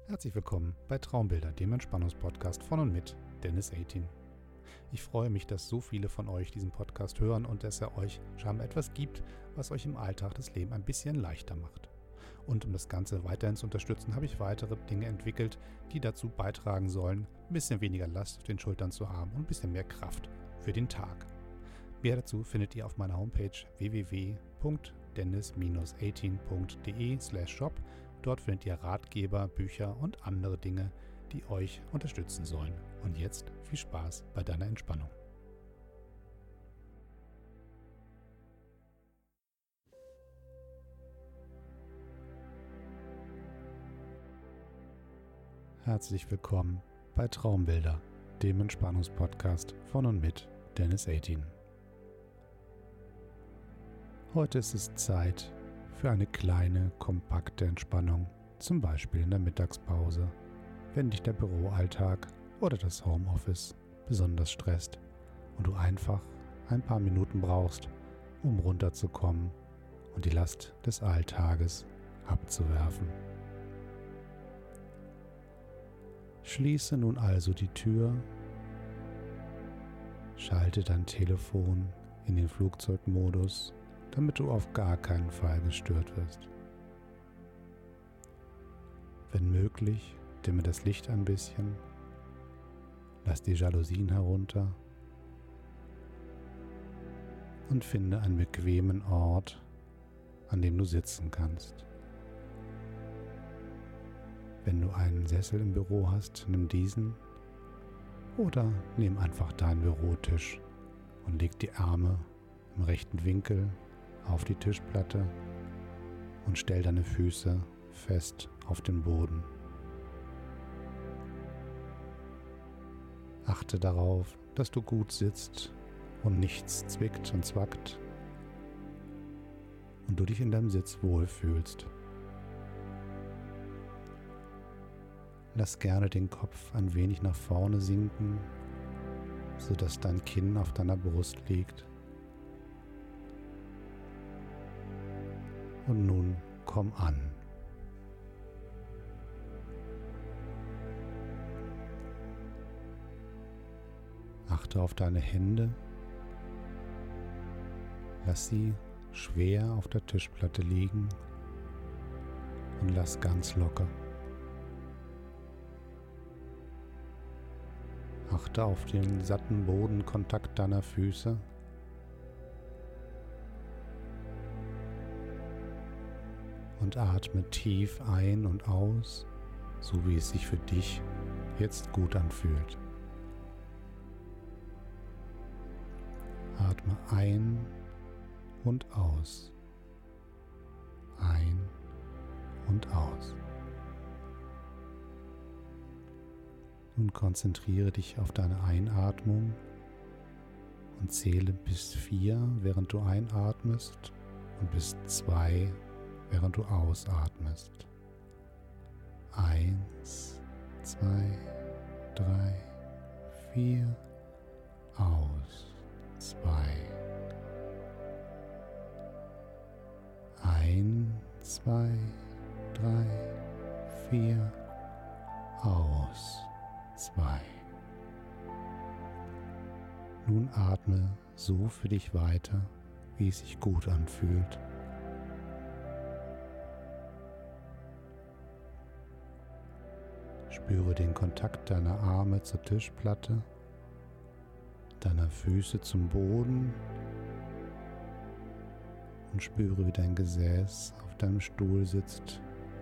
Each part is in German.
Herzlich willkommen bei Traumbilder, dem Entspannungspodcast von und mit Dennis 18. Ich freue mich, dass so viele von euch diesen Podcast hören und dass er euch scheinbar etwas gibt, was euch im Alltag das Leben ein bisschen leichter macht. Und um das Ganze weiterhin zu unterstützen, habe ich weitere Dinge entwickelt, die dazu beitragen sollen, ein bisschen weniger Last auf den Schultern zu haben und ein bisschen mehr Kraft für den Tag. Mehr dazu findet ihr auf meiner Homepage www.dennis-18.de/shop. Dort findet ihr Ratgeber, Bücher und andere Dinge, die euch unterstützen sollen. Und jetzt viel Spaß bei deiner Entspannung. Herzlich willkommen bei Traumbilder, dem Entspannungspodcast von und mit Dennis 18. Heute ist es Zeit für eine kleine, kompakte Entspannung, zum Beispiel in der Mittagspause, wenn dich der Büroalltag oder das Homeoffice besonders stresst und du einfach ein paar Minuten brauchst, um runterzukommen und die Last des Alltages abzuwerfen. Schließe nun also die Tür, schalte dein Telefon in den Flugzeugmodus, damit du auf gar keinen Fall gestört wirst. Wenn möglich, dimme das Licht ein bisschen, lass die Jalousien herunter und finde einen bequemen Ort, an dem du sitzen kannst. Wenn du einen Sessel im Büro hast, nimm diesen oder nimm einfach deinen Bürotisch und leg die Arme im rechten Winkel auf die Tischplatte und stell deine Füße fest auf den Boden. Achte darauf, dass du gut sitzt und nichts zwickt und zwackt und du dich in deinem Sitz wohlfühlst. Lass gerne den Kopf ein wenig nach vorne sinken, sodass dein Kinn auf deiner Brust liegt. Und nun komm an. Achte auf deine Hände. Lass sie schwer auf der Tischplatte liegen und lass ganz locker. Achte auf den satten Bodenkontakt deiner Füße. Und atme tief ein und aus, so wie es sich für dich jetzt gut anfühlt. Atme ein und aus. Ein und aus. Nun konzentriere dich auf deine Einatmung und zähle bis 4, während du einatmest, und bis 2, während du ausatmest. 1, 2, 3, 4, aus. 2. 1, 2, 3, 4, aus. 2. Nun atme so für dich weiter, wie es sich gut anfühlt. Spüre den Kontakt deiner Arme zur Tischplatte, deiner Füße zum Boden und spüre, wie dein Gesäß auf deinem Stuhl sitzt.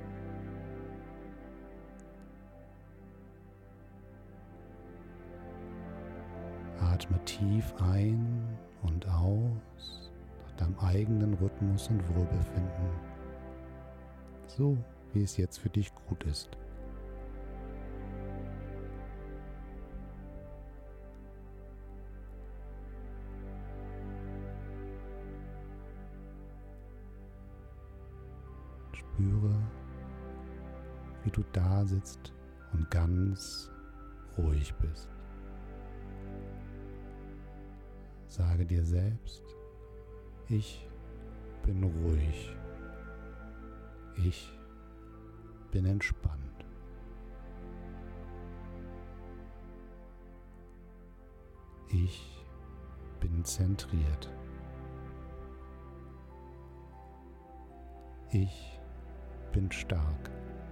Atme tief ein und aus, nach deinem eigenen Rhythmus und Wohlbefinden, so wie es jetzt für dich gut ist. Spüre, wie du da sitzt und ganz ruhig bist. Sage dir selbst, ich bin ruhig. Ich bin entspannt. Ich bin zentriert. Ich bin stark.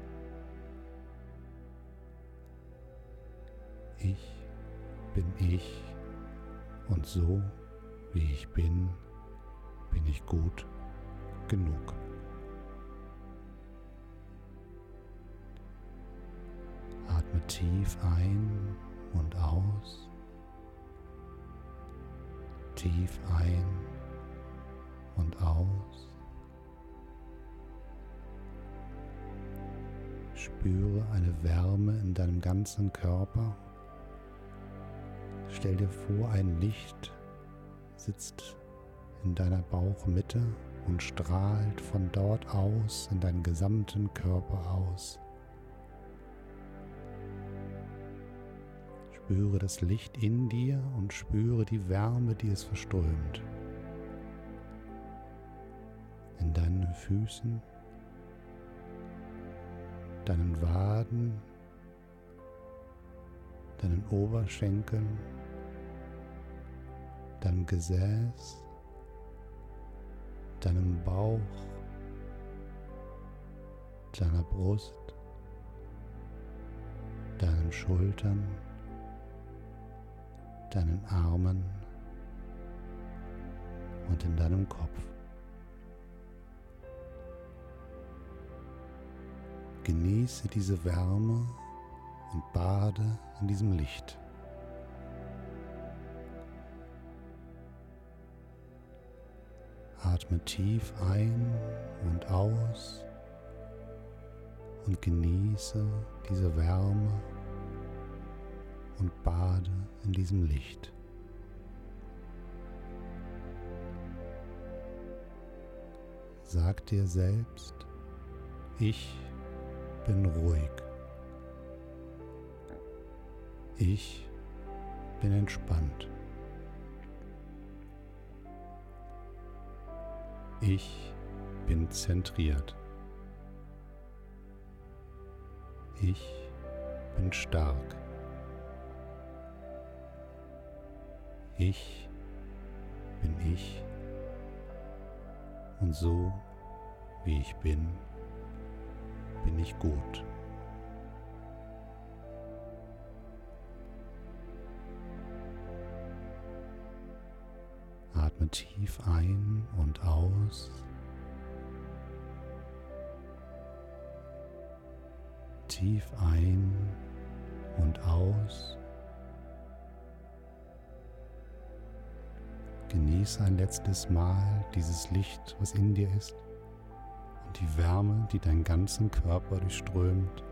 Ich bin ich und so wie ich bin, bin ich gut genug. Atme tief ein und aus. Tief ein und aus. Spüre eine Wärme in deinem ganzen Körper. Stell dir vor, ein Licht sitzt in deiner Bauchmitte und strahlt von dort aus in deinen gesamten Körper aus. Spüre das Licht in dir und spüre die Wärme, die es verströmt. In deinen Füßen, deinen Waden, deinen Oberschenkeln, deinem Gesäß, deinem Bauch, deiner Brust, deinen Schultern, deinen Armen und in deinem Kopf. Genieße diese Wärme und bade in diesem Licht. Atme tief ein und aus und genieße diese Wärme und bade in diesem Licht. Sag dir selbst, ich bin ruhig. Ich bin entspannt. Ich bin zentriert. Ich bin stark. Ich bin ich und so wie ich bin, bin ich gut. Atme tief ein und aus. Tief ein und aus. Genieße ein letztes Mal dieses Licht, was in dir ist, und die Wärme, die deinen ganzen Körper durchströmt.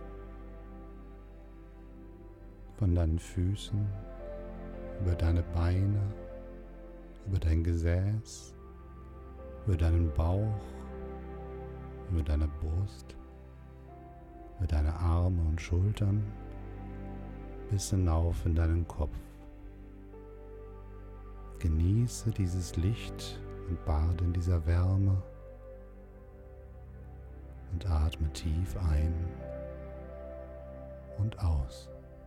Von deinen Füßen, über deine Beine, über dein Gesäß, über deinen Bauch, über deine Brust, über deine Arme und Schultern, bis hinauf in deinen Kopf. Genieße dieses Licht und bade in dieser Wärme und atme tief ein und aus.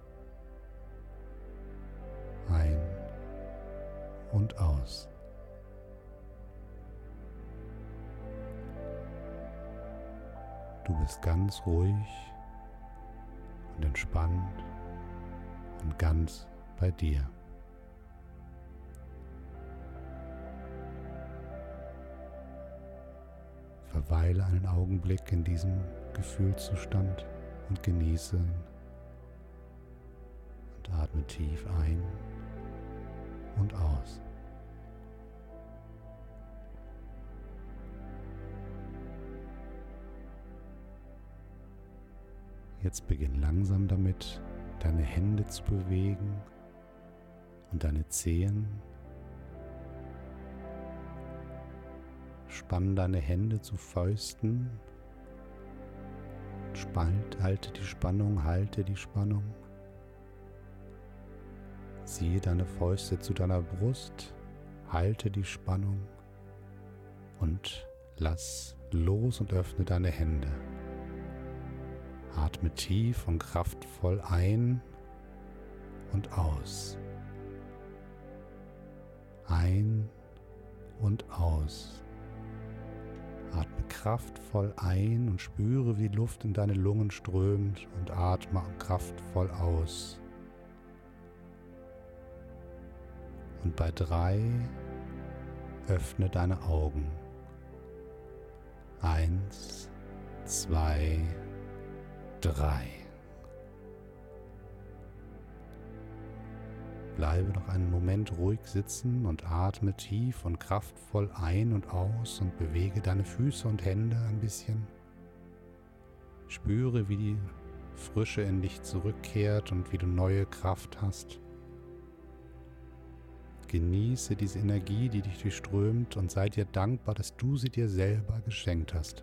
Ein und aus. Du bist ganz ruhig und entspannt und ganz bei dir. Verweile einen Augenblick in diesem Gefühlszustand und genieße ihn. Und atme tief ein und aus. Jetzt beginn langsam damit, deine Hände zu bewegen und deine Zehen. Spann deine Hände zu Fäusten. Halte die Spannung, halte die Spannung. Ziehe deine Fäuste zu deiner Brust, halte die Spannung und lass los und öffne deine Hände. Atme tief und kraftvoll ein und aus. Ein und aus. Atme kraftvoll ein und spüre, wie die Luft in deine Lungen strömt, und atme kraftvoll aus. Und bei 3 öffne deine Augen. 1, 2, 3. Bleibe noch einen Moment ruhig sitzen und atme tief und kraftvoll ein und aus und bewege deine Füße und Hände ein bisschen. Spüre, wie die Frische in dich zurückkehrt und wie du neue Kraft hast. Genieße diese Energie, die dich durchströmt, und sei dir dankbar, dass du sie dir selber geschenkt hast.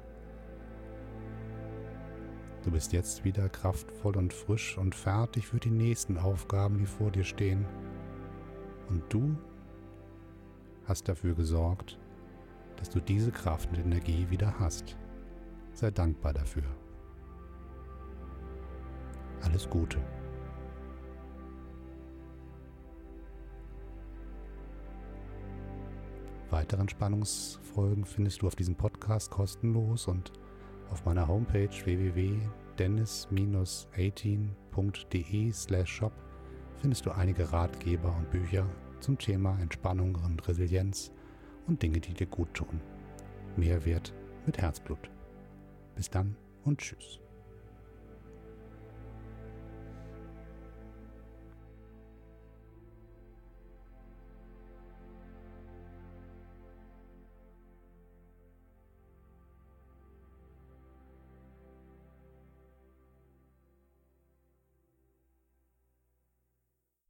Du bist jetzt wieder kraftvoll und frisch und fertig für die nächsten Aufgaben, die vor dir stehen. Und du hast dafür gesorgt, dass du diese Kraft und Energie wieder hast. Sei dankbar dafür. Alles Gute. Weitere Entspannungsfolgen findest du auf diesem Podcast kostenlos und auf meiner Homepage www.dennis-18.de/shop findest du einige Ratgeber und Bücher zum Thema Entspannung und Resilienz und Dinge, die dir gut tun. Mehrwert mit Herzblut. Bis dann und tschüss.